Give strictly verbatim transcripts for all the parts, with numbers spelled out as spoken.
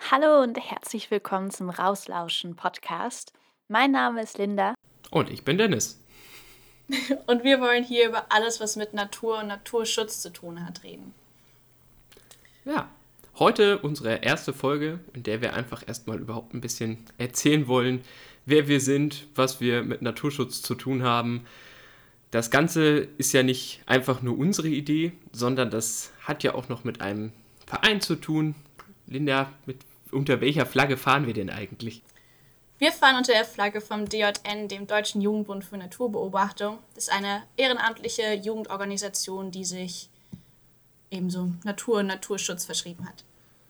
Hallo und herzlich willkommen zum Rauslauschen Podcast. Mein Name ist Linda. Und ich bin Dennis. Und wir wollen hier über alles, was mit Natur und Naturschutz zu tun hat, reden. Ja, heute unsere erste Folge, in der wir einfach erstmal überhaupt ein bisschen erzählen wollen, wer wir sind, was wir mit Naturschutz zu tun haben. Das Ganze ist ja nicht einfach nur unsere Idee, sondern das hat ja auch noch mit einem Verein zu tun. Linda, mit, unter welcher Flagge fahren wir denn eigentlich? Wir fahren unter der Flagge vom D J N, dem Deutschen Jugendbund für Naturbeobachtung. Das ist eine ehrenamtliche Jugendorganisation, die sich ebenso Natur und Naturschutz verschrieben hat.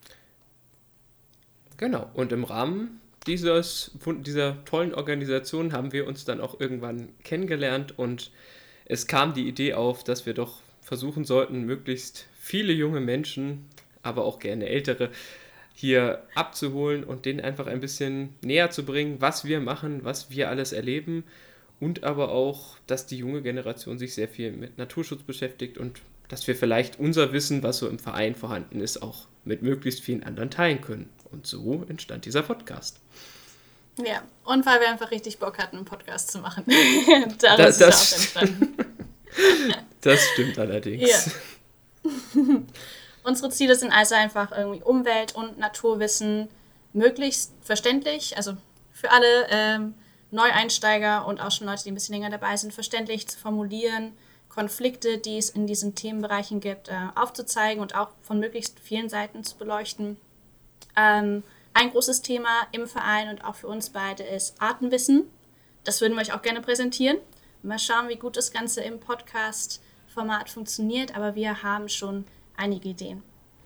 Genau, und im Rahmen dieses, dieser tollen Organisation haben wir uns dann auch irgendwann kennengelernt und es kam die Idee auf, dass wir doch versuchen sollten, möglichst viele junge Menschen, aber auch gerne ältere, hier abzuholen und denen einfach ein bisschen näher zu bringen, was wir machen, was wir alles erleben und aber auch, dass die junge Generation sich sehr viel mit Naturschutz beschäftigt und dass wir vielleicht unser Wissen, was so im Verein vorhanden ist, auch mit möglichst vielen anderen teilen können. Und so entstand dieser Podcast. Ja, und weil wir einfach richtig Bock hatten, einen Podcast zu machen. Daraus das, ist er das, auch entstanden. Das stimmt allerdings. Ja. Unsere Ziele sind also einfach irgendwie Umwelt- und Naturwissen möglichst verständlich, also für alle ähm, Neueinsteiger und auch schon Leute, die ein bisschen länger dabei sind, verständlich zu formulieren, Konflikte, die es in diesen Themenbereichen gibt, äh, aufzuzeigen und auch von möglichst vielen Seiten zu beleuchten. Ähm, ein großes Thema im Verein und auch für uns beide ist Artenwissen. Das würden wir euch auch gerne präsentieren. Mal schauen, wie gut das Ganze im Podcast-Format funktioniert, aber wir haben schon einige Ideen.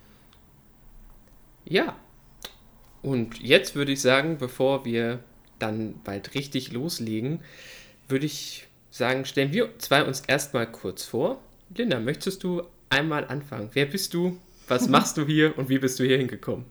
Ja, und jetzt würde ich sagen, bevor wir dann bald richtig loslegen, würde ich sagen, stellen wir zwei uns erstmal kurz vor. Linda, möchtest du einmal anfangen? Wer bist du? Was machst du hier und wie bist du hier hingekommen?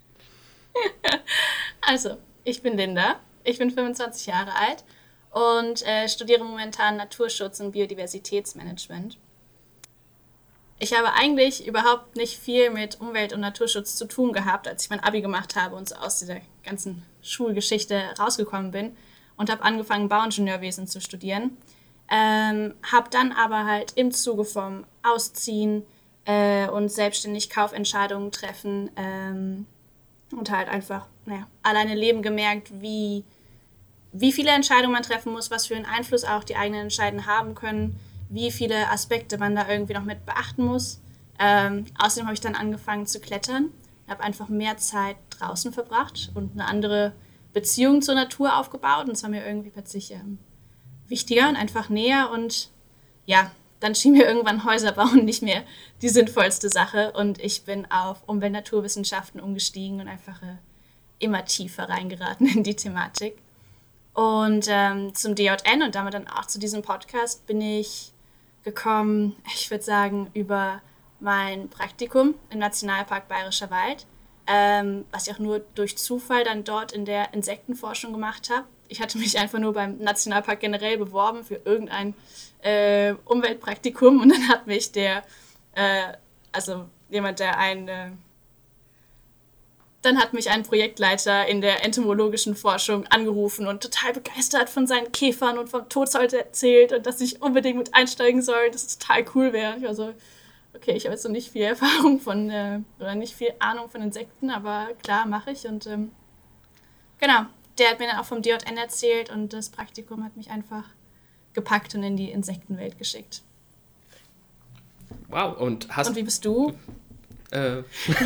Also, ich bin Linda, ich bin fünfundzwanzig Jahre alt und äh, studiere momentan Naturschutz und Biodiversitätsmanagement. Ich habe eigentlich überhaupt nicht viel mit Umwelt- und Naturschutz zu tun gehabt, als ich mein Abi gemacht habe und so aus dieser ganzen Schulgeschichte rausgekommen bin und habe angefangen, Bauingenieurwesen zu studieren. Ähm, habe dann aber halt im Zuge vom Ausziehen äh, und selbstständig Kaufentscheidungen treffen ähm, und halt einfach naja, alleine leben gemerkt, wie, wie viele Entscheidungen man treffen muss, was für einen Einfluss auch die eigenen Entscheidungen haben können, wie viele Aspekte man da irgendwie noch mit beachten muss. Ähm, außerdem habe ich dann angefangen zu klettern, habe einfach mehr Zeit draußen verbracht und eine andere Beziehung zur Natur aufgebaut und es war mir irgendwie plötzlich ähm, wichtiger und einfach näher und ja, dann schien mir irgendwann Häuser bauen nicht mehr die sinnvollste Sache und ich bin auf Umwelt-Naturwissenschaften umgestiegen und einfach äh, immer tiefer reingeraten in die Thematik. Und ähm, zum D J N und damit dann auch zu diesem Podcast bin ich gekommen, ich würde sagen, über mein Praktikum im Nationalpark Bayerischer Wald, ähm, was ich auch nur durch Zufall dann dort in der Insektenforschung gemacht habe. Ich hatte mich einfach nur beim Nationalpark generell beworben für irgendein äh, Umweltpraktikum und dann hat mich der, äh, also jemand, der ein, äh, dann hat mich ein Projektleiter in der entomologischen Forschung angerufen und total begeistert von seinen Käfern und vom Totholz erzählt und dass ich unbedingt mit einsteigen soll, dass es total cool wäre. Ich war so, okay, ich habe jetzt noch nicht viel Erfahrung von, äh, oder nicht viel Ahnung von Insekten, aber klar, mache ich und ähm, genau. Der hat mir dann auch vom D J N erzählt und das Praktikum hat mich einfach gepackt und in die Insektenwelt geschickt. Wow, und hast... Und wie bist du? Äh,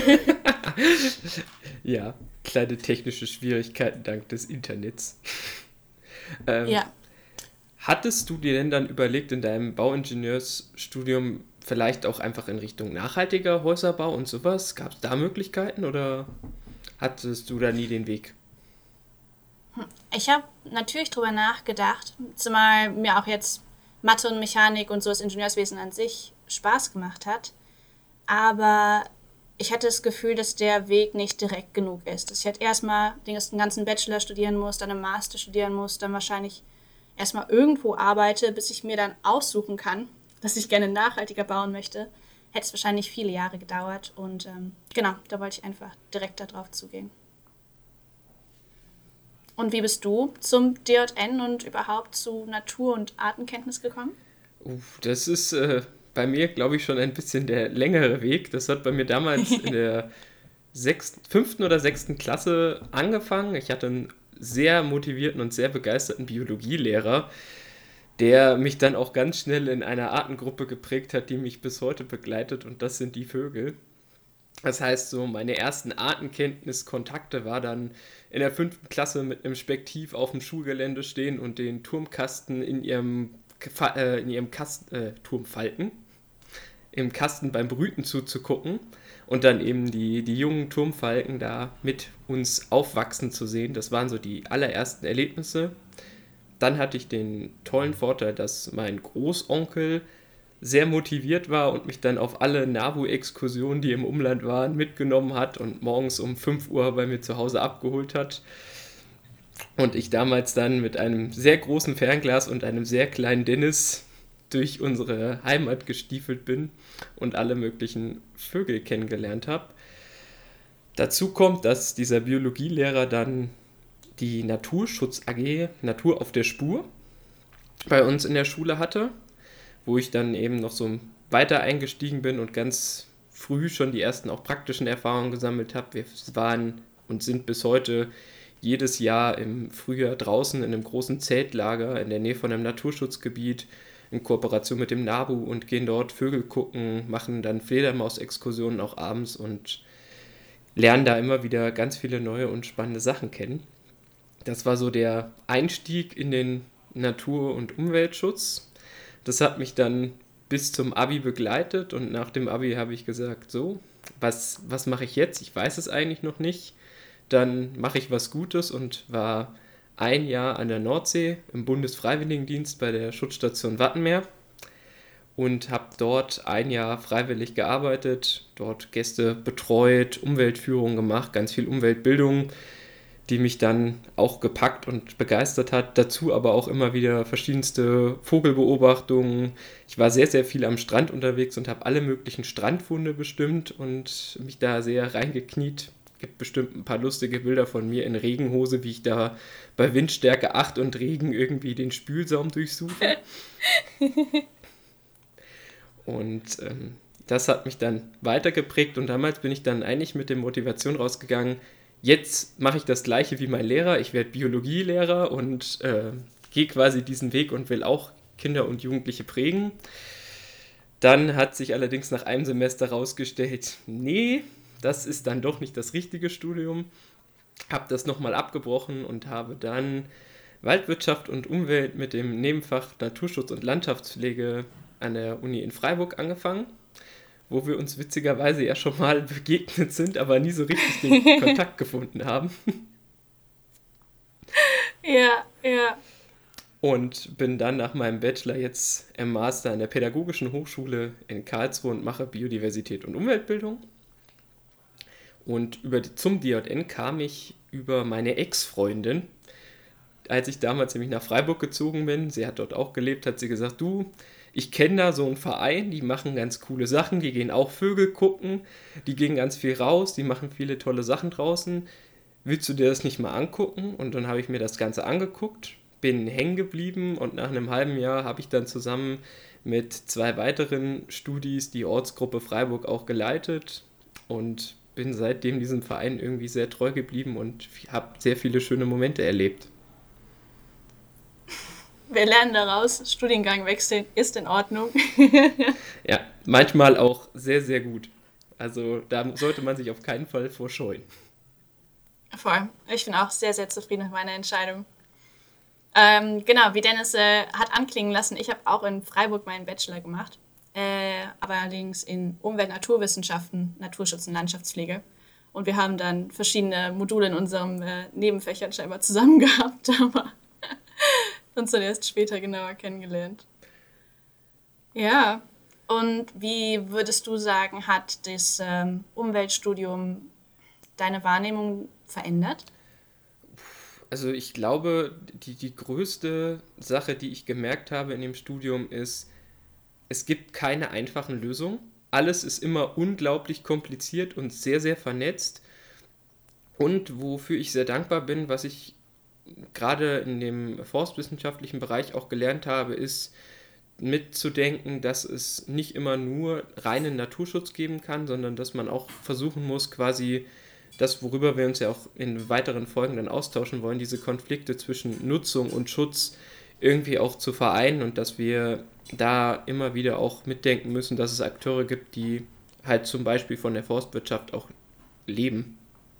ja, kleine technische Schwierigkeiten dank des Internets. ähm, Ja. Hattest du dir denn dann überlegt, in deinem Bauingenieursstudium vielleicht auch einfach in Richtung nachhaltiger Häuserbau und sowas? Gab es da Möglichkeiten oder hattest du da nie den Weg? Ich habe natürlich drüber nachgedacht, zumal mir auch jetzt Mathe und Mechanik und so das Ingenieurswesen an sich Spaß gemacht hat. Aber ich hatte das Gefühl, dass der Weg nicht direkt genug ist. Dass ich halt erstmal den ganzen Bachelor studieren muss, dann einen Master studieren muss, dann wahrscheinlich erstmal irgendwo arbeite, bis ich mir dann aussuchen kann, dass ich gerne nachhaltiger bauen möchte. Hätte es wahrscheinlich viele Jahre gedauert. Und ähm, genau, da wollte ich einfach direkt darauf zugehen. Und wie bist du zum D J N und überhaupt zu Natur- und Artenkenntnis gekommen? Uff, das ist äh, bei mir, glaube ich, schon ein bisschen der längere Weg. Das hat bei mir damals in der sechsten, fünften oder sechsten Klasse angefangen. Ich hatte einen sehr motivierten und sehr begeisterten Biologielehrer, der mich dann auch ganz schnell in einer Artengruppe geprägt hat, die mich bis heute begleitet, und das sind die Vögel. Das heißt, so meine ersten Artenkenntniskontakte war dann in der fünften Klasse mit einem Spektiv auf dem Schulgelände stehen und den Turmkasten in ihrem, Fa- äh, in ihrem Kasten, äh, Turmfalken, im Kasten beim Brüten zuzugucken und dann eben die, die jungen Turmfalken da mit uns aufwachsen zu sehen. Das waren so die allerersten Erlebnisse. Dann hatte ich den tollen Vorteil, dass mein Großonkel sehr motiviert war und mich dann auf alle NABU-Exkursionen, die im Umland waren, mitgenommen hat und morgens um fünf Uhr bei mir zu Hause abgeholt hat. Und ich damals dann mit einem sehr großen Fernglas und einem sehr kleinen Dennis durch unsere Heimat gestiefelt bin und alle möglichen Vögel kennengelernt habe. Dazu kommt, dass dieser Biologielehrer dann die Naturschutz-A G Natur auf der Spur bei uns in der Schule hatte, wo ich dann eben noch so weiter eingestiegen bin und ganz früh schon die ersten auch praktischen Erfahrungen gesammelt habe. Wir waren und sind bis heute jedes Jahr im Frühjahr draußen in einem großen Zeltlager in der Nähe von einem Naturschutzgebiet in Kooperation mit dem NABU und gehen dort Vögel gucken, machen dann Fledermaus-Exkursionen auch abends und lernen da immer wieder ganz viele neue und spannende Sachen kennen. Das war so der Einstieg in den Natur- und Umweltschutz. Das hat mich dann bis zum Abi begleitet und nach dem Abi habe ich gesagt, so, was, was mache ich jetzt? Ich weiß es eigentlich noch nicht. Dann mache ich was Gutes und war ein Jahr an der Nordsee im Bundesfreiwilligendienst bei der Schutzstation Wattenmeer und habe dort ein Jahr freiwillig gearbeitet, dort Gäste betreut, Umweltführung gemacht, ganz viel Umweltbildung, die mich dann auch gepackt und begeistert hat. Dazu aber auch immer wieder verschiedenste Vogelbeobachtungen. Ich war sehr, sehr viel am Strand unterwegs und habe alle möglichen Strandfunde bestimmt und mich da sehr reingekniet. Es gibt bestimmt ein paar lustige Bilder von mir in Regenhose, wie ich da bei Windstärke acht und Regen irgendwie den Spülsaum durchsuche. Und ähm, das hat mich dann weitergeprägt und damals bin ich dann eigentlich mit der Motivation rausgegangen, jetzt mache ich das Gleiche wie mein Lehrer, ich werde Biologielehrer und äh, gehe quasi diesen Weg und will auch Kinder und Jugendliche prägen. Dann hat sich allerdings nach einem Semester rausgestellt, nee, das ist dann doch nicht das richtige Studium. Habe das nochmal abgebrochen und habe dann Waldwirtschaft und Umwelt mit dem Nebenfach Naturschutz und Landschaftspflege an der Uni in Freiburg angefangen, wo wir uns witzigerweise ja schon mal begegnet sind, aber nie so richtig den Kontakt gefunden haben. Ja, ja. Und bin dann nach meinem Bachelor jetzt im Master an der Pädagogischen Hochschule in Karlsruhe und mache Biodiversität und Umweltbildung. Und über die, zum D J N kam ich über meine Ex-Freundin. Als ich damals nämlich nach Freiburg gezogen bin, sie hat dort auch gelebt, hat sie gesagt, du, ich kenne da so einen Verein, die machen ganz coole Sachen, die gehen auch Vögel gucken, die gehen ganz viel raus, die machen viele tolle Sachen draußen. Willst du dir das nicht mal angucken? Und dann habe ich mir das Ganze angeguckt, bin hängen geblieben und nach einem halben Jahr habe ich dann zusammen mit zwei weiteren Studis die Ortsgruppe Freiburg auch geleitet und bin seitdem diesem Verein irgendwie sehr treu geblieben und habe sehr viele schöne Momente erlebt. Wir lernen daraus, Studiengang wechseln ist in Ordnung. Ja, manchmal auch sehr, sehr gut. Also da sollte man sich auf keinen Fall vorscheuen. Voll. Ich bin auch sehr, sehr zufrieden mit meiner Entscheidung. Ähm, genau, wie Dennis äh, hat anklingen lassen, ich habe auch in Freiburg meinen Bachelor gemacht, äh, aber allerdings in Umwelt-, Naturwissenschaften, Naturschutz und Landschaftspflege. Und wir haben dann verschiedene Module in unserem äh, Nebenfächern scheinbar zusammen gehabt, aber uns dann erst später genauer kennengelernt. Ja, und wie würdest du sagen, hat das ähm, Umweltstudium deine Wahrnehmung verändert? Also ich glaube, die, die größte Sache, die ich gemerkt habe in dem Studium ist, es gibt keine einfachen Lösungen. Alles ist immer unglaublich kompliziert und sehr, sehr vernetzt. Und wofür ich sehr dankbar bin, was ich gerade in dem forstwissenschaftlichen Bereich auch gelernt habe, ist mitzudenken, dass es nicht immer nur reinen Naturschutz geben kann, sondern dass man auch versuchen muss, quasi das, worüber wir uns ja auch in weiteren Folgen dann austauschen wollen, diese Konflikte zwischen Nutzung und Schutz irgendwie auch zu vereinen und dass wir da immer wieder auch mitdenken müssen, dass es Akteure gibt, die halt zum Beispiel von der Forstwirtschaft auch leben.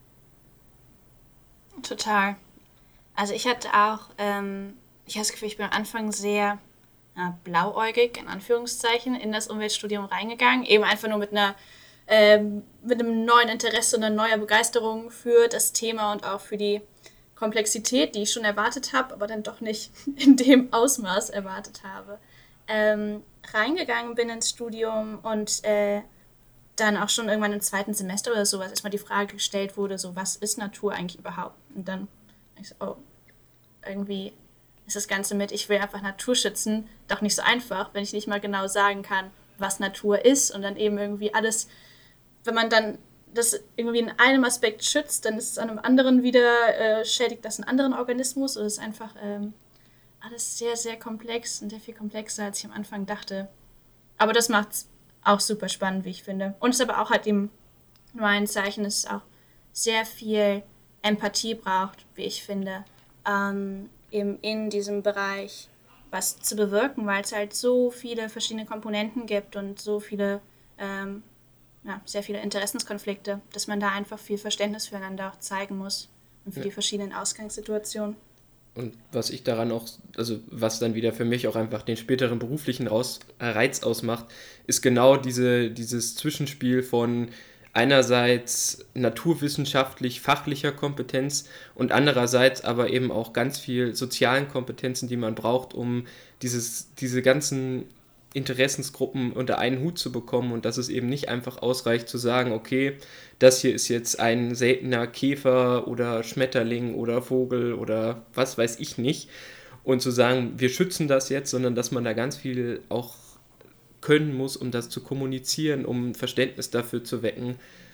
Total. Also ich hatte auch, ähm, ich habe das Gefühl, ich bin am Anfang sehr ja, blauäugig, in Anführungszeichen, in das Umweltstudium reingegangen. Eben einfach nur mit einer ähm, mit einem neuen Interesse und einer neuen Begeisterung für das Thema und auch für die Komplexität, die ich schon erwartet habe, aber dann doch nicht in dem Ausmaß erwartet habe. Ähm, reingegangen bin ins Studium und äh, dann auch schon irgendwann im zweiten Semester oder sowas erstmal die Frage gestellt wurde, so was ist Natur eigentlich überhaupt? Und dann ich so, oh, irgendwie ist das Ganze mit, ich will einfach Natur schützen, doch nicht so einfach, wenn ich nicht mal genau sagen kann, was Natur ist und dann eben irgendwie alles, wenn man dann das irgendwie in einem Aspekt schützt, dann ist es an einem anderen wieder, äh, schädigt das einen anderen Organismus oder es ist einfach ähm, alles sehr, sehr komplex und sehr viel komplexer, als ich am Anfang dachte. Aber das macht es auch super spannend, wie ich finde. Und es ist aber auch halt eben nur ein Zeichen, dass es auch sehr viel Empathie braucht, wie ich finde, ähm, eben in diesem Bereich was zu bewirken, weil es halt so viele verschiedene Komponenten gibt und so viele, ähm, ja, sehr viele Interessenskonflikte, dass man da einfach viel Verständnis füreinander auch zeigen muss und für Ja. die verschiedenen Ausgangssituationen. Und was ich daran auch, also was dann wieder für mich auch einfach den späteren beruflichen Raus, äh, Reiz ausmacht, ist genau diese, dieses Zwischenspiel von einerseits naturwissenschaftlich fachlicher Kompetenz und andererseits aber eben auch ganz viel sozialen Kompetenzen, die man braucht, um dieses, diese ganzen Interessensgruppen unter einen Hut zu bekommen und dass es eben nicht einfach ausreicht zu sagen, okay, das hier ist jetzt ein seltener Käfer oder Schmetterling oder Vogel oder was weiß ich nicht und zu sagen, wir schützen das jetzt, sondern dass man da ganz viel auch können muss, um das zu kommunizieren, um Verständnis dafür zu wecken.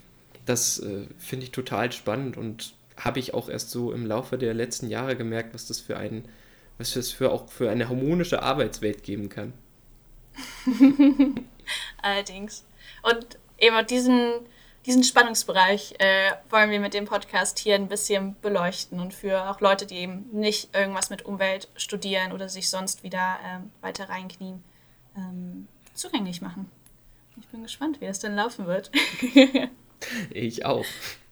Das äh, finde ich total spannend und habe ich auch erst so im Laufe der letzten Jahre gemerkt, was das für ein, was das für auch für eine harmonische Arbeitswelt geben kann. Allerdings. Und eben auch diesen, diesen Spannungsbereich äh, wollen wir mit dem Podcast hier ein bisschen beleuchten und für auch Leute, die eben nicht irgendwas mit Umwelt studieren oder sich sonst wieder ähm, weiter reinknien, ähm, zugänglich machen. Ich bin gespannt, wie das dann laufen wird. Ich auch.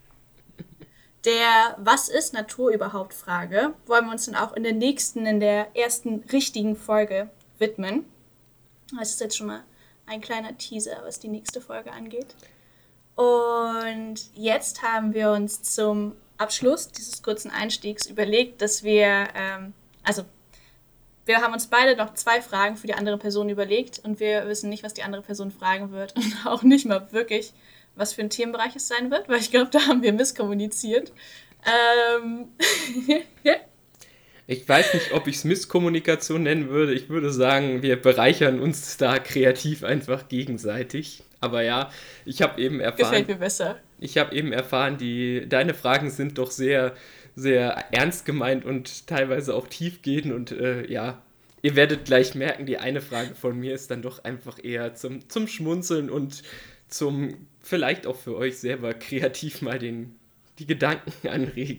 Der Was ist Natur überhaupt Frage wollen wir uns dann auch in der nächsten, in der ersten richtigen Folge widmen. Das ist jetzt schon mal ein kleiner Teaser, was die nächste Folge angeht. Und jetzt haben wir uns zum Abschluss dieses kurzen Einstiegs überlegt, dass wir, ähm, also wir haben uns beide noch zwei Fragen für die andere Person überlegt und wir wissen nicht, was die andere Person fragen wird und auch nicht mal wirklich, was für ein Themenbereich es sein wird, weil ich glaube, da haben wir misskommuniziert. Ähm Ich weiß nicht, ob ich es Misskommunikation nennen würde. Ich würde sagen, wir bereichern uns da kreativ einfach gegenseitig. Aber ja, ich habe eben erfahren... Gefällt mir besser. Ich habe eben erfahren, die, deine Fragen sind doch sehr, sehr ernst gemeint und teilweise auch tiefgehend. Und äh, ja, ihr werdet gleich merken, die eine Frage von mir ist dann doch einfach eher zum, zum Schmunzeln und zum vielleicht auch für euch selber kreativ mal den, die Gedanken anregen.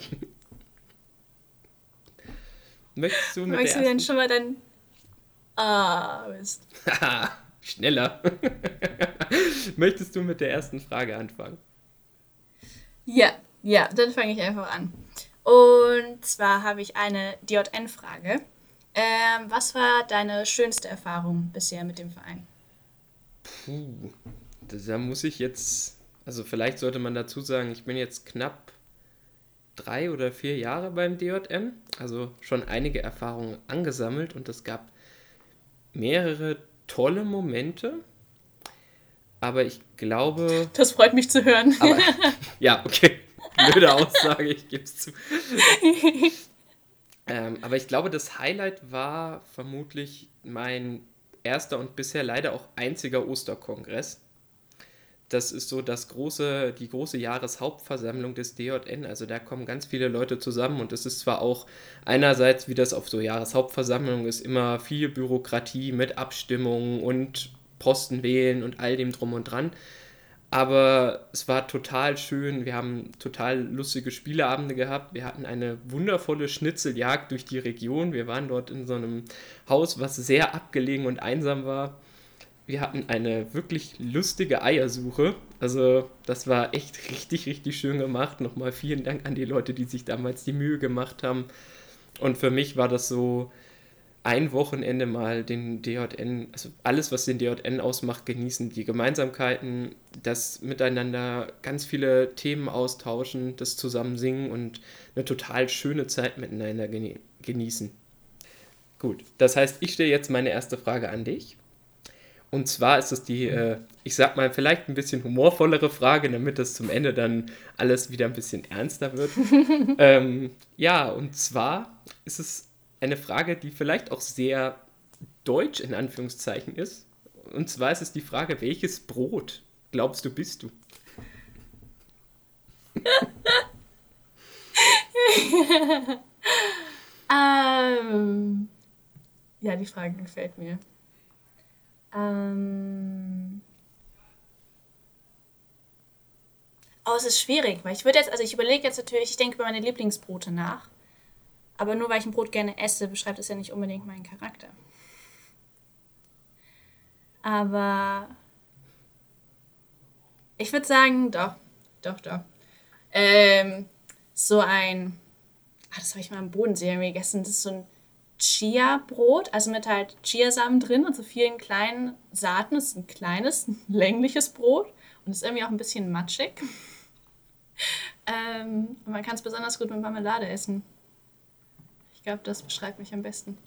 Möchtest du mit Magst der du denn ersten? schon mal dann... Ah, Mist. Haha, schneller. Möchtest du mit der ersten Frage anfangen? Ja, ja, dann fange ich einfach an. Und zwar habe ich eine D J N-Frage. Ähm, was war deine schönste Erfahrung bisher mit dem Verein? Puh, da muss ich jetzt, also vielleicht sollte man dazu sagen, ich bin jetzt knapp drei oder vier Jahre beim D J M, also schon einige Erfahrungen angesammelt und es gab mehrere tolle Momente, aber ich glaube, Das freut mich zu hören. aber, ja, okay, blöde Aussage, ich gebe es zu. Ähm, aber ich glaube, das Highlight war vermutlich mein erster und bisher leider auch einziger Osterkongress. das ist so das große, die große Jahreshauptversammlung des D J N. Also da kommen ganz viele Leute zusammen und es ist zwar auch einerseits, wie das auf so Jahreshauptversammlungen ist, immer viel Bürokratie mit Abstimmungen und Posten wählen und all dem drum und dran. Aber es war total schön. Wir haben total lustige Spieleabende gehabt. Wir hatten eine wundervolle Schnitzeljagd durch die Region. Wir waren dort in so einem Haus, was sehr abgelegen und einsam war. Wir hatten eine wirklich lustige Eiersuche. Also das war echt richtig, richtig schön gemacht. Nochmal vielen Dank an die Leute, die sich damals die Mühe gemacht haben. Und für mich war das so ein Wochenende mal den D J N, also alles, was den D J N ausmacht, genießen. Die Gemeinsamkeiten, das Miteinander, ganz viele Themen austauschen, das zusammen singen und eine total schöne Zeit miteinander genie- genießen. Gut, das heißt, ich stelle jetzt meine erste Frage an dich. Und zwar ist es die, äh, ich sag mal, vielleicht ein bisschen humorvollere Frage, damit das zum Ende dann alles wieder ein bisschen ernster wird. ähm, ja, und zwar ist es eine Frage, die vielleicht auch sehr deutsch in Anführungszeichen ist. Und zwar ist es die Frage, welches Brot glaubst du bist du? ähm, ja, die Frage gefällt mir. Ähm, oh, es ist schwierig, weil ich würde jetzt, also ich überlege jetzt natürlich, ich denke über meine Lieblingsbrote nach. Aber nur weil ich ein Brot gerne esse, beschreibt es ja nicht unbedingt meinen Charakter. Aber ich würde sagen, doch, doch, doch. Ähm, so ein, ach, das habe ich mal am Bodensee gegessen, das ist so ein Chia-Brot, also mit halt Chiasamen drin und so vielen kleinen Saaten. Es ist ein kleines, längliches Brot und ist irgendwie auch ein bisschen matschig. ähm, und man kann es besonders gut mit Marmelade essen. Ich glaube, das beschreibt mich am besten.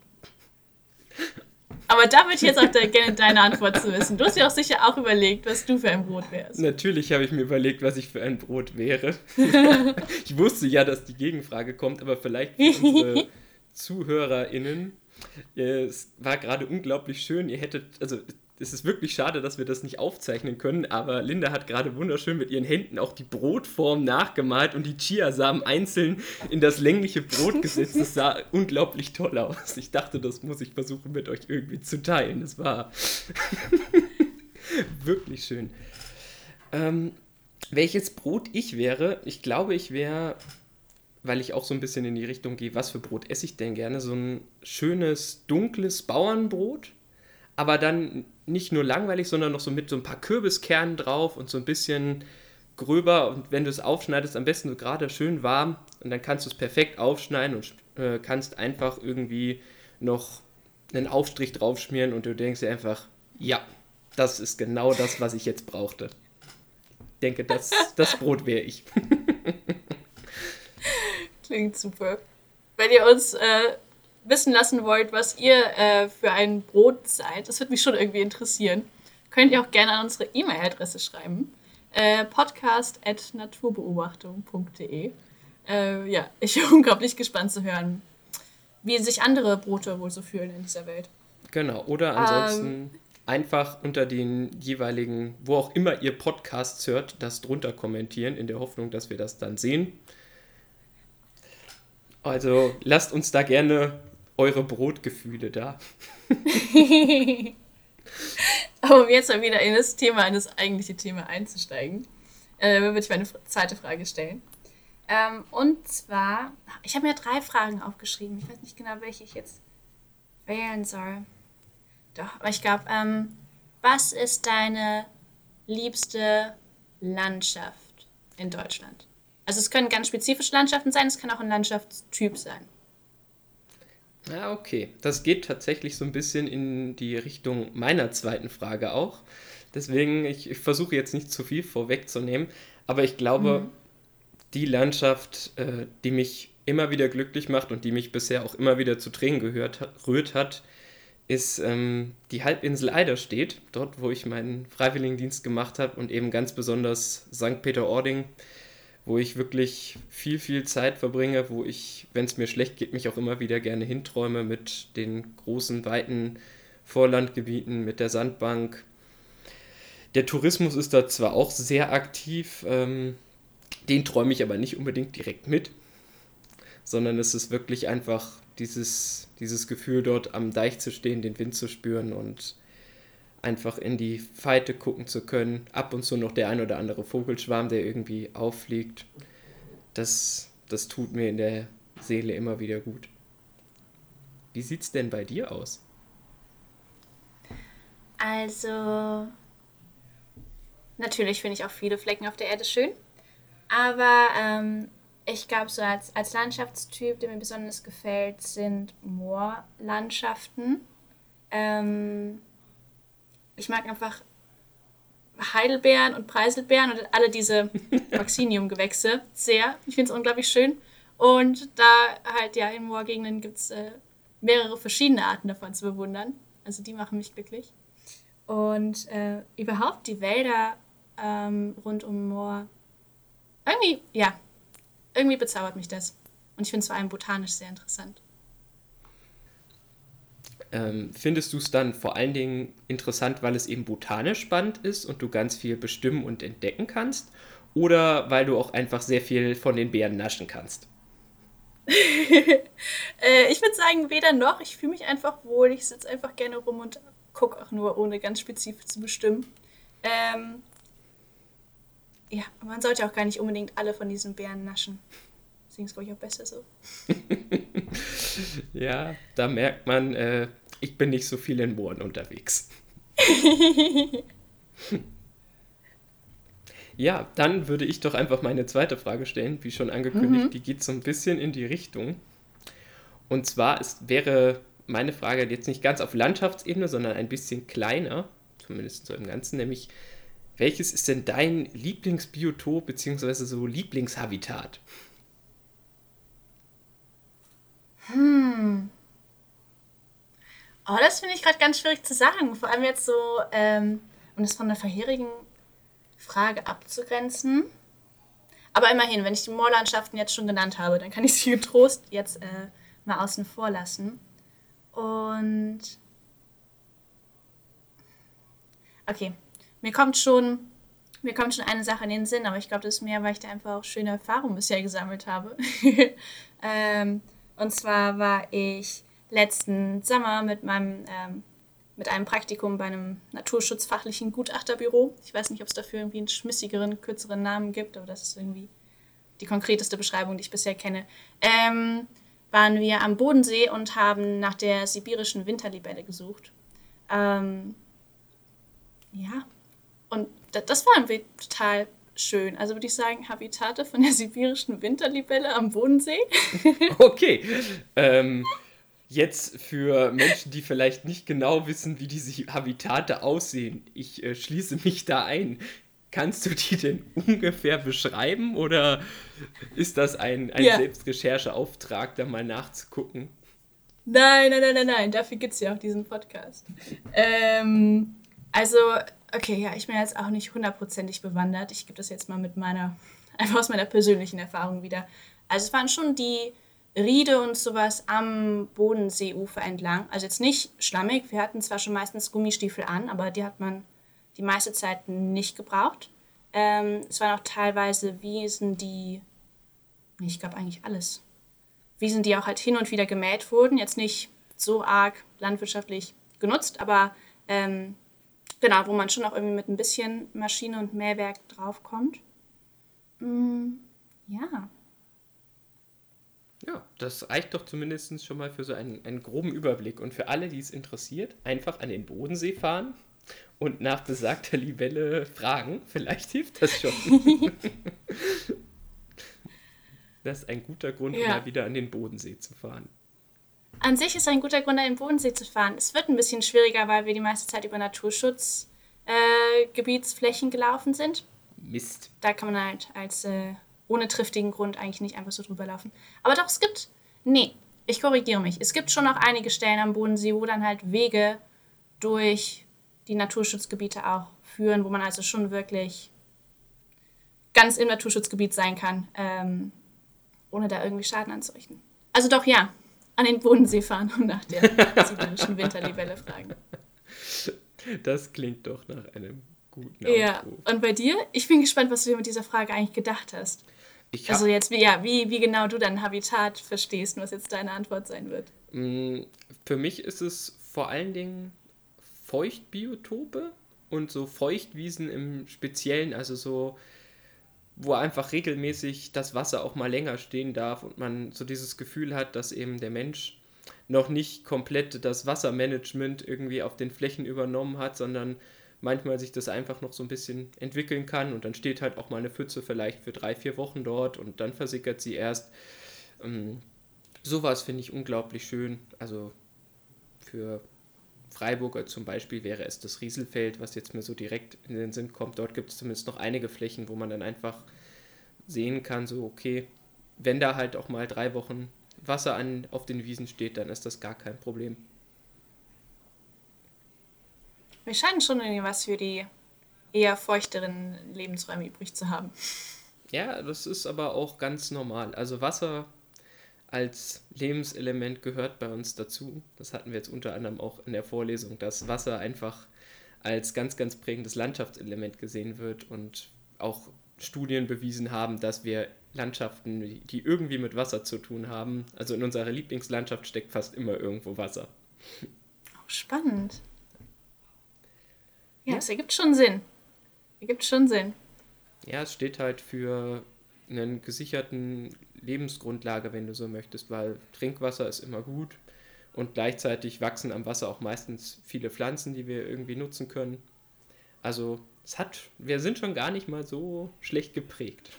Aber da würde ich jetzt auch gerne deine Antwort zu wissen. Du hast dir auch sicher auch überlegt, was du für ein Brot wärst. Natürlich habe ich mir überlegt, was ich für ein Brot wäre. Ich wusste ja, dass die Gegenfrage kommt, aber vielleicht für unsere ZuhörerInnen. Es war gerade unglaublich schön. Ihr hättet, also es ist wirklich schade, dass wir das nicht aufzeichnen können, aber Linda hat gerade wunderschön mit ihren Händen auch die Brotform nachgemalt und die Chiasamen einzeln in das längliche Brot gesetzt. Das sah unglaublich toll aus. Ich dachte, das muss ich versuchen mit euch irgendwie zu teilen. Das war wirklich schön. Ähm, welches Brot ich wäre? Ich glaube, ich wäre, weil ich auch so ein bisschen in die Richtung gehe, was für Brot esse ich denn gerne? So ein schönes, dunkles Bauernbrot, aber dann nicht nur langweilig, sondern noch so mit so ein paar Kürbiskernen drauf und so ein bisschen gröber. Und wenn du es aufschneidest, am besten so gerade schön warm. Und dann kannst du es perfekt aufschneiden und äh, kannst einfach irgendwie noch einen Aufstrich draufschmieren und du denkst dir einfach, ja, das ist genau das, was ich jetzt brauchte. Ich denke, das, das Brot wäre ich. Klingt super. Wenn ihr uns äh, wissen lassen wollt, was ihr äh, für ein Brot seid, das würde mich schon irgendwie interessieren, könnt ihr auch gerne an unsere E-Mail-Adresse schreiben. Äh, podcast at naturbeobachtung punkt de. Äh, ja, ich bin unglaublich gespannt zu hören, wie sich andere Brote wohl so fühlen in dieser Welt. Genau, oder ansonsten ähm, einfach unter den jeweiligen, wo auch immer ihr Podcasts hört, das drunter kommentieren, in der Hoffnung, dass wir das dann sehen. Also lasst uns da gerne eure Brotgefühle da. Aber um jetzt mal wieder in das Thema, in das eigentliche Thema einzusteigen, äh, würde ich meine zweite Frage stellen. Ähm, und zwar, ich habe mir drei Fragen aufgeschrieben. Ich weiß nicht genau, welche ich jetzt wählen soll. Doch, aber ich glaube, ähm, was ist deine liebste Landschaft in Deutschland? Also es können ganz spezifische Landschaften sein, es kann auch ein Landschaftstyp sein. Ja, okay. Das geht tatsächlich so ein bisschen in die Richtung meiner zweiten Frage auch. Deswegen, ich, ich versuche jetzt nicht zu viel vorwegzunehmen, aber ich glaube, mhm. die Landschaft, äh, die mich immer wieder glücklich macht und die mich bisher auch immer wieder zu Tränen gerührt hat, ist ähm, die Halbinsel Eiderstedt, dort, wo ich meinen Freiwilligendienst gemacht habe und eben ganz besonders Sankt Peter-Ording, wo ich wirklich viel, viel Zeit verbringe, wo ich, wenn es mir schlecht geht, mich auch immer wieder gerne hinträume mit den großen, weiten Vorlandgebieten, mit der Sandbank. Der Tourismus ist da zwar auch sehr aktiv, ähm, den träume ich aber nicht unbedingt direkt mit, sondern es ist wirklich einfach dieses, dieses Gefühl, dort am Deich zu stehen, den Wind zu spüren und einfach in die Weite gucken zu können. Ab und zu noch der ein oder andere Vogelschwarm, der irgendwie auffliegt. Das, das tut mir in der Seele immer wieder gut. Wie sieht's denn bei dir aus? Also, natürlich finde ich auch viele Flecken auf der Erde schön. Aber ähm, ich glaube, so als, als Landschaftstyp, der mir besonders gefällt, sind Moorlandschaften. Ähm, ich mag einfach Heidelbeeren und Preiselbeeren und alle diese Vacciniumgewächse sehr. Ich finde es unglaublich schön. Und da halt ja in Moorgegenden gibt es äh, mehrere verschiedene Arten davon zu bewundern. Also die machen mich glücklich. Und äh, überhaupt die Wälder ähm, rund um Moor, irgendwie, ja, irgendwie bezaubert mich das. Und ich finde es vor allem botanisch sehr interessant. Ähm, findest du es dann vor allen Dingen interessant, weil es eben botanisch spannend ist und du ganz viel bestimmen und entdecken kannst? Oder weil du auch einfach sehr viel von den Beeren naschen kannst? äh, ich würde sagen, weder noch. Ich fühle mich einfach wohl. Ich sitze einfach gerne rum und gucke auch nur, ohne ganz spezifisch zu bestimmen. Ähm, ja, man sollte auch gar nicht unbedingt alle von diesen Beeren naschen. Deswegen ist es, glaube ich, auch besser so. Ja, da merkt man, äh, ich bin nicht so viel in Mooren unterwegs. Ja, dann würde ich doch einfach meine zweite Frage stellen, wie schon angekündigt, Mhm. die geht so ein bisschen in die Richtung. Und zwar ist, wäre meine Frage jetzt nicht ganz auf Landschaftsebene, sondern ein bisschen kleiner, zumindest so im Ganzen, nämlich, welches ist denn dein Lieblingsbiotop bzw. so Lieblingshabitat? Hm. Oh, das finde ich gerade ganz schwierig zu sagen. Vor allem jetzt so, ähm, um das von der vorherigen Frage abzugrenzen. Aber immerhin, wenn ich die Moorlandschaften jetzt schon genannt habe, dann kann ich sie getrost jetzt äh, mal außen vor lassen. Und okay, mir kommt schon, mir kommt schon eine Sache in den Sinn, aber ich glaube, das ist mehr, weil ich da einfach auch schöne Erfahrungen bisher gesammelt habe. ähm, und zwar war ich letzten Sommer mit meinem ähm, mit einem Praktikum bei einem naturschutzfachlichen Gutachterbüro. Ich weiß nicht, ob es dafür irgendwie einen schmissigeren, kürzeren Namen gibt, aber das ist irgendwie die konkreteste Beschreibung, die ich bisher kenne. Ähm, waren wir am Bodensee und haben nach der sibirischen Winterlibelle gesucht. Ähm, ja, und da- das war irgendwie total schön. Also würde ich sagen, Habitate von der sibirischen Winterlibelle am Bodensee. Okay, ähm, jetzt für Menschen, die vielleicht nicht genau wissen, wie diese Habitate aussehen, ich äh, schließe mich da ein. Kannst du die denn ungefähr beschreiben oder ist das ein, ein Ja. Selbstrechercheauftrag, da mal nachzugucken? Nein, nein, nein, nein, nein. Dafür gibt es ja auch diesen Podcast. Ähm, also, okay, ja, ich bin jetzt auch nicht hundertprozentig bewandert. Ich gebe das jetzt mal mit meiner, einfach aus meiner persönlichen Erfahrung wieder. Also es waren schon die Riede und sowas am Bodenseeufer entlang. Also jetzt nicht schlammig. Wir hatten zwar schon meistens Gummistiefel an, aber die hat man die meiste Zeit nicht gebraucht. Ähm, es waren auch teilweise Wiesen, die, nee, ich glaube eigentlich alles. Wiesen, die auch halt hin und wieder gemäht wurden. Jetzt nicht so arg landwirtschaftlich genutzt, aber ähm, genau, wo man schon auch irgendwie mit ein bisschen Maschine und Mähwerk draufkommt. Mm, ja. Ja, das reicht doch zumindest schon mal für so einen, einen groben Überblick. Und für alle, die es interessiert, einfach an den Bodensee fahren und nach besagter Libelle fragen. Vielleicht hilft das schon. Das ist ein guter Grund, um Ja. mal wieder an den Bodensee zu fahren. An sich ist ein guter Grund, an den Bodensee zu fahren. Es wird ein bisschen schwieriger, weil wir die meiste Zeit über Naturschutzgebietsflächen äh, Gebietsflächen gelaufen sind. Mist. Da kann man halt als äh, ohne triftigen Grund eigentlich nicht einfach so drüber laufen. Aber doch, es gibt, nee, ich korrigiere mich. Es gibt schon noch einige Stellen am Bodensee, wo dann halt Wege durch die Naturschutzgebiete auch führen, wo man also schon wirklich ganz im Naturschutzgebiet sein kann, ähm, ohne da irgendwie Schaden anzurichten. Also doch, ja, an den Bodensee fahren und nach der sibirischen Winterlibelle fragen. Das klingt doch nach einem guten Ja, Outro. und bei dir? Ich bin gespannt, was du dir mit dieser Frage eigentlich gedacht hast. Ich Also habe, jetzt, wie, ja, wie, wie genau du dein Habitat verstehst und was jetzt deine Antwort sein wird. für mich ist es vor allen Dingen Feuchtbiotope und so Feuchtwiesen im Speziellen, also so, wo einfach regelmäßig das Wasser auch mal länger stehen darf und man so dieses Gefühl hat, dass eben der Mensch noch nicht komplett das Wassermanagement irgendwie auf den Flächen übernommen hat, sondern manchmal sich das einfach noch so ein bisschen entwickeln kann und dann steht halt auch mal eine Pfütze vielleicht für drei, vier Wochen dort und dann versickert sie erst. Ähm, sowas finde ich unglaublich schön. Also für Freiburger zum Beispiel wäre es das Rieselfeld, was jetzt mir so direkt in den Sinn kommt. Dort gibt es zumindest noch einige Flächen, wo man dann einfach sehen kann, so okay, wenn da halt auch mal drei Wochen Wasser an, auf den Wiesen steht, dann ist das gar kein Problem. Wir scheinen schon irgendwie was für die eher feuchteren Lebensräume übrig zu haben. Ja, das ist aber auch ganz normal. Also Wasser als Lebenselement gehört bei uns dazu. Das hatten wir jetzt unter anderem auch in der Vorlesung, dass Wasser einfach als ganz, ganz prägendes Landschaftselement gesehen wird und auch Studien bewiesen haben, dass wir Landschaften, die irgendwie mit Wasser zu tun haben, also in unserer Lieblingslandschaft steckt fast immer irgendwo Wasser. Oh, spannend. Ja, Ja. es ergibt schon Sinn. Ergibt schon Sinn. Ja, es steht halt für einen gesicherten Lebensgrundlage, wenn du so möchtest, weil Trinkwasser ist immer gut und gleichzeitig wachsen am Wasser auch meistens viele Pflanzen, die wir irgendwie nutzen können. Also es hat, wir sind schon gar nicht mal so schlecht geprägt.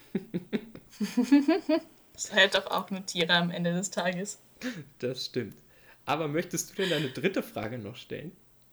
Das hält doch auch nur Tiere am Ende des Tages. Das stimmt. Aber möchtest du denn eine dritte Frage noch stellen?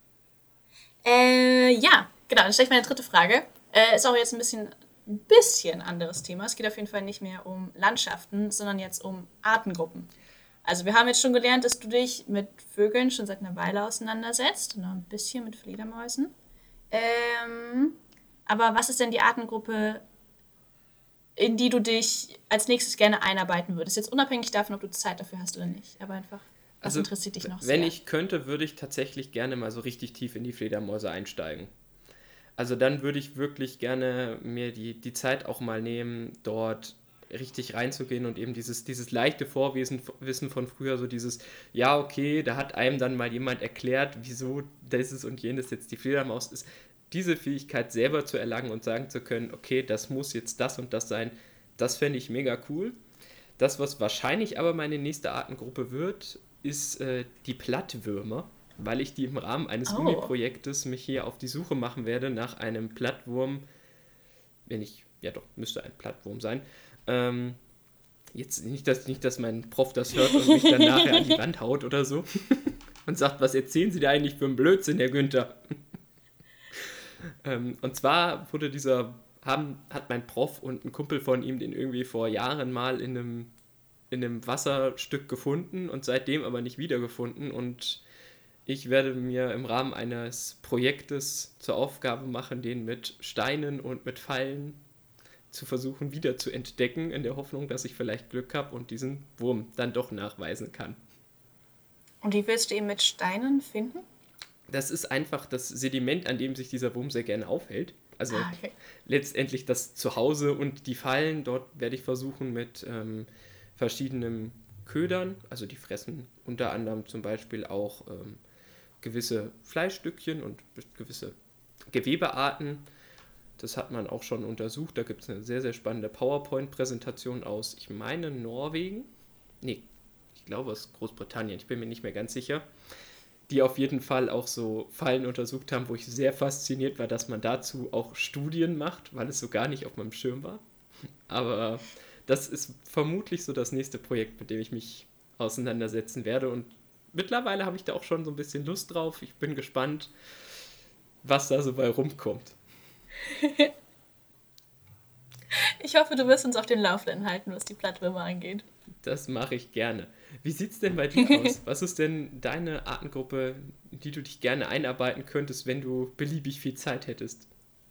Äh, ja, genau, dann stelle ich meine dritte Frage. Äh, ist auch jetzt ein bisschen, ein bisschen anderes Thema. Es geht auf jeden Fall nicht mehr um Landschaften, sondern jetzt um Artengruppen. Also wir haben jetzt schon gelernt, dass du dich mit Vögeln schon seit einer Weile auseinandersetzt und noch ein bisschen mit Fledermäusen. Ähm, aber was ist denn die Artengruppe, in die du dich als nächstes gerne einarbeiten würdest? Jetzt unabhängig davon, ob du Zeit dafür hast oder nicht. Aber einfach, was Also, interessiert dich noch wenn sehr? ich könnte, würde ich tatsächlich gerne mal so richtig tief in die Fledermäuse einsteigen. Also dann würde ich wirklich gerne mir die, die Zeit auch mal nehmen, dort richtig reinzugehen und eben dieses, dieses leichte Vorwissen Wissen von früher, so dieses, ja, okay, da hat einem dann mal jemand erklärt, wieso dieses und jenes jetzt die Fledermaus ist. Diese Fähigkeit selber zu erlangen und sagen zu können, okay, das muss jetzt das und das sein, das fände ich mega cool. Das, was wahrscheinlich aber meine nächste Artengruppe wird, ist äh, die Plattwürmer, weil ich die im Rahmen eines Oh. Uni-Projektes mich hier auf die Suche machen werde nach einem Plattwurm, wenn ich, ja doch, müsste ein Plattwurm sein. Ähm, jetzt nicht dass, nicht, dass mein Prof das hört und mich dann nachher an die Wand haut oder so und sagt, was erzählen Sie da eigentlich für einen Blödsinn, Herr Günther? ähm, und zwar wurde dieser, haben, hat mein Prof und ein Kumpel von ihm den irgendwie vor Jahren mal in einem, in einem Wasserstück gefunden und seitdem aber nicht wiedergefunden und ich werde mir im Rahmen eines Projektes zur Aufgabe machen, den mit Steinen und mit Pfeilen zu versuchen wieder zu entdecken, in der Hoffnung, dass ich vielleicht Glück habe und diesen Wurm dann doch nachweisen kann. Und wie willst du ihn mit Steinen finden? Das ist einfach das Sediment, an dem sich dieser Wurm sehr gerne aufhält. Also Ah, okay. letztendlich das Zuhause und die Fallen, dort werde ich versuchen mit ähm, verschiedenen Ködern, also die fressen unter anderem zum Beispiel auch ähm, gewisse Fleischstückchen und gewisse Gewebearten. Das hat man auch schon untersucht. Da gibt es eine sehr, sehr spannende PowerPoint-Präsentation aus, ich meine, Norwegen. Nee, ich glaube aus Großbritannien. Ich bin mir nicht mehr ganz sicher. Die auf jeden Fall auch so Fallen untersucht haben, wo ich sehr fasziniert war, dass man dazu auch Studien macht, weil es so gar nicht auf meinem Schirm war. Aber das ist vermutlich so das nächste Projekt, mit dem ich mich auseinandersetzen werde. Und mittlerweile habe ich da auch schon so ein bisschen Lust drauf. Ich bin gespannt, was da so bei rumkommt. Ich hoffe, du wirst uns auf den Laufenden halten, was die Plattwürmer angeht. Das mache ich gerne. Wie sieht es denn bei dir aus? Was ist denn deine Artengruppe, in die du dich gerne einarbeiten könntest, wenn du beliebig viel Zeit hättest?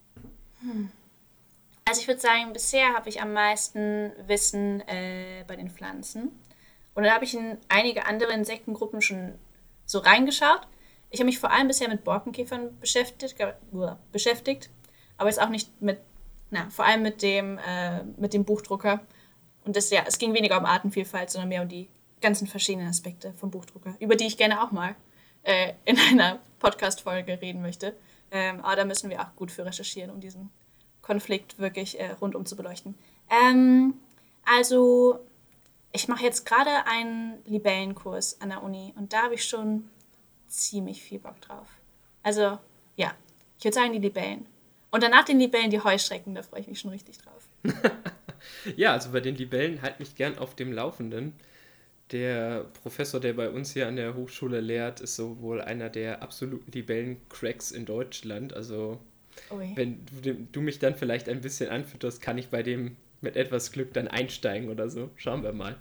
Also ich würde sagen, bisher habe ich am meisten Wissen äh, bei den Pflanzen. Und da habe ich in einige andere Insektengruppen schon so reingeschaut. Ich habe mich vor allem bisher mit Borkenkäfern beschäftigt, äh, beschäftigt. aber jetzt auch nicht mit, na, vor allem mit dem, äh, mit dem Buchdrucker. Und das, ja, es ging weniger um Artenvielfalt, sondern mehr um die ganzen verschiedenen Aspekte vom Buchdrucker, über die ich gerne auch mal äh, in einer Podcast-Folge reden möchte. Ähm, aber da müssen wir auch gut für recherchieren, um diesen Konflikt wirklich äh, rundum zu beleuchten. Ähm, also, ich mache jetzt gerade einen Libellenkurs an der Uni und da habe ich schon ziemlich viel Bock drauf. Also, ja, ich würde sagen die Libellen. Und danach den Libellen die Heuschrecken, da freue ich mich schon richtig drauf. Ja, also bei den Libellen halt mich gern auf dem Laufenden. Der Professor, der bei uns hier an der Hochschule lehrt, ist so wohl einer der absoluten Libellen-Cracks in Deutschland. Also Ui. wenn du, du mich dann vielleicht ein bisschen anfütterst, kann ich bei dem mit etwas Glück dann einsteigen oder so. Schauen wir mal.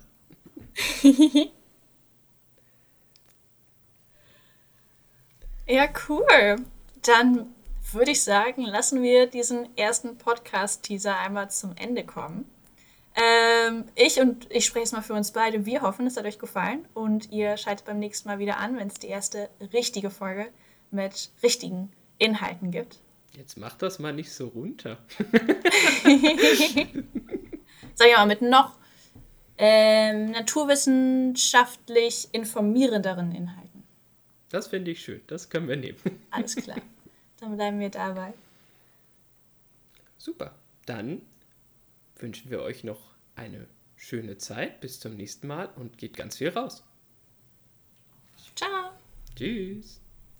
Ja, cool. Dann würde ich sagen, lassen wir diesen ersten Podcast-Teaser einmal zum Ende kommen. Ähm, ich und ich spreche jetzt mal für uns beide. Wir hoffen, es hat euch gefallen und ihr schaltet beim nächsten Mal wieder an, wenn es die erste richtige Folge mit richtigen Inhalten gibt. Jetzt mach das mal nicht so runter. Sag ich mal, mit noch ähm, naturwissenschaftlich informierenderen Inhalten. Das finde ich schön. Das können wir nehmen. Alles klar. Dann bleiben wir dabei. Super. Dann wünschen wir euch noch eine schöne Zeit. Bis zum nächsten Mal und geht ganz viel raus. Ciao. Tschüss.